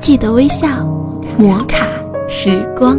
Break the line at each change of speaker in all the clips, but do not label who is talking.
记得微笑，摩卡时光。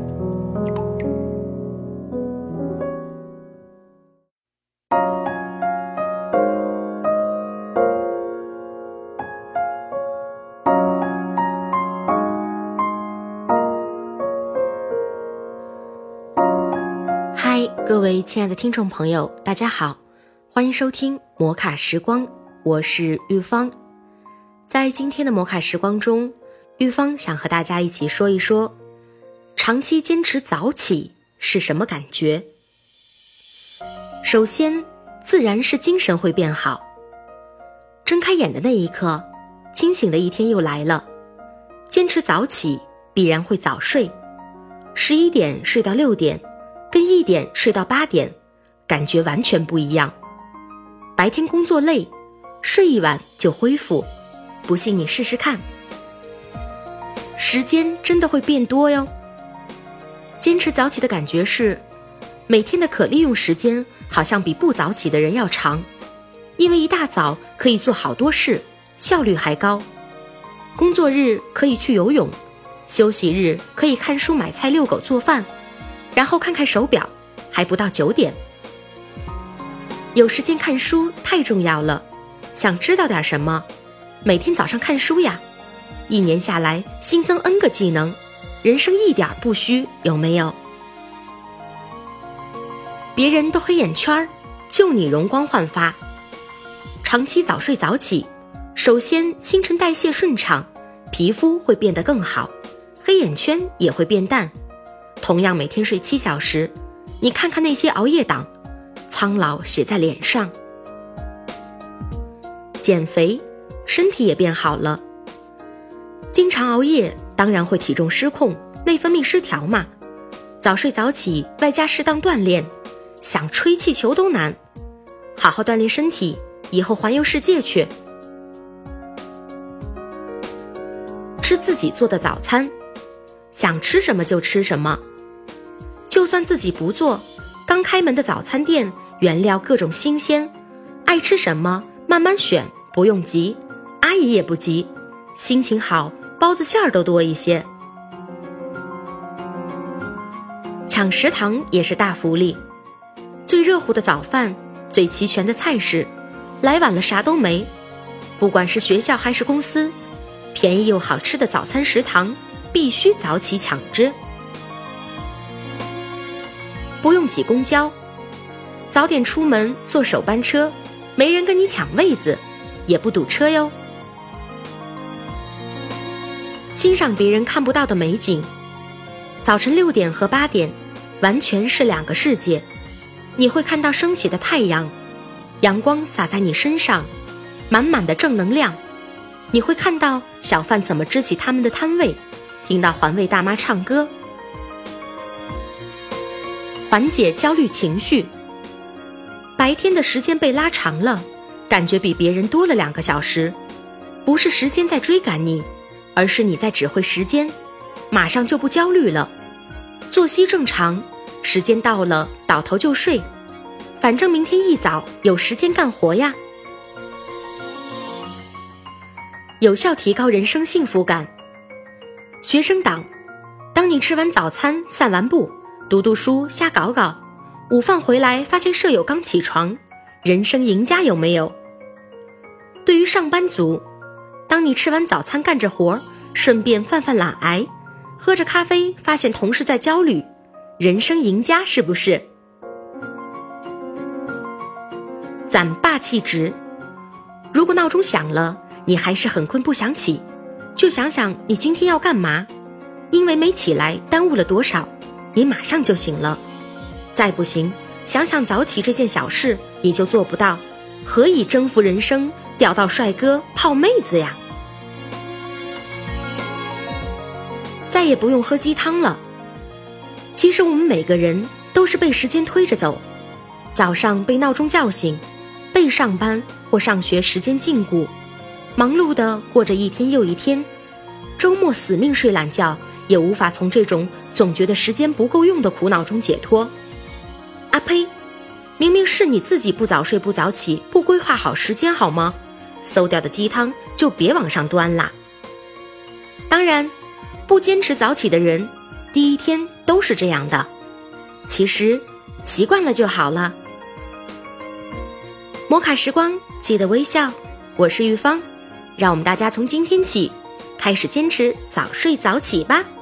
嗨，各位亲爱的听众朋友，大家好，欢迎收听摩卡时光，我是玉芳。在今天的摩卡时光中，玉芳想和大家一起说一说，长期坚持早起是什么感觉？首先，自然是精神会变好。睁开眼的那一刻，清醒的一天又来了。坚持早起，必然会早睡。11点睡到6点，跟1点睡到8点，感觉完全不一样。白天工作累，睡一晚就恢复，不信你试试看。时间真的会变多哟。坚持早起的感觉是，每天的可利用时间好像比不早起的人要长，因为一大早可以做好多事，效率还高。工作日可以去游泳，休息日可以看书、买菜、遛狗、做饭，然后看看手表，还不到9点。有时间看书太重要了，想知道点什么，每天早上看书呀，1年下来新增 N 个技能，人生一点不虚，有没有？别人都黑眼圈，就你容光焕发。长期早睡早起，首先新陈代谢顺畅，皮肤会变得更好，黑眼圈也会变淡。同样每天睡7小时，你看看那些熬夜党，苍老写在脸上。减肥，身体也变好了。经常熬夜当然会体重失控，内分泌失调嘛。早睡早起外加适当锻炼，想吹气球都难。好好锻炼身体，以后环游世界去。吃自己做的早餐，想吃什么就吃什么。就算自己不做，刚开门的早餐店原料各种新鲜，爱吃什么慢慢选，不用急，阿姨也不急，心情好包子馅儿都多一些。抢食堂也是大福利，最热乎的早饭，最齐全的菜式，来晚了啥都没。不管是学校还是公司，便宜又好吃的早餐食堂必须早起抢之。不用挤公交，早点出门坐首班车，没人跟你抢位子，也不堵车哟。欣赏别人看不到的美景，早晨6点和8点完全是2个世界。你会看到升起的太阳，阳光洒在你身上，满满的正能量。你会看到小贩怎么支起他们的摊位，听到环卫大妈唱歌。缓解焦虑情绪，白天的时间被拉长了，感觉比别人多了2个小时，不是时间在追赶你，而是你在指挥时间，马上就不焦虑了。作息正常，时间到了倒头就睡，反正明天一早有时间干活呀。有效提高人生幸福感。学生党，当你吃完早餐散完步，读读书瞎搞搞，午饭回来发现舍友刚起床，人生赢家有没有？对于上班族，当你吃完早餐干着活，顺便犯懒癌，喝着咖啡发现同事在焦虑，人生赢家是不是？攒霸气值。如果闹钟响了，你还是很困不想起，就想想你今天要干嘛，因为没起来耽误了多少，你马上就醒了。再不行，想想早起这件小事你就做不到，何以征服人生，钓到帅哥泡妹子呀？再也不用喝鸡汤了。其实我们每个人都是被时间推着走，早上被闹钟叫醒，被上班或上学时间禁锢，忙碌地过着一天又一天，周末死命睡懒觉，也无法从这种总觉得时间不够用的苦恼中解脱。啊呸，明明是你自己不早睡不早起，不规划好时间好吗？馊掉的鸡汤就别往上端啦。 当然，不坚持早起的人，第一天都是这样的。其实，习惯了就好了。摩卡时光，记得微笑。我是玉芳，让我们大家从今天起开始坚持早睡早起吧。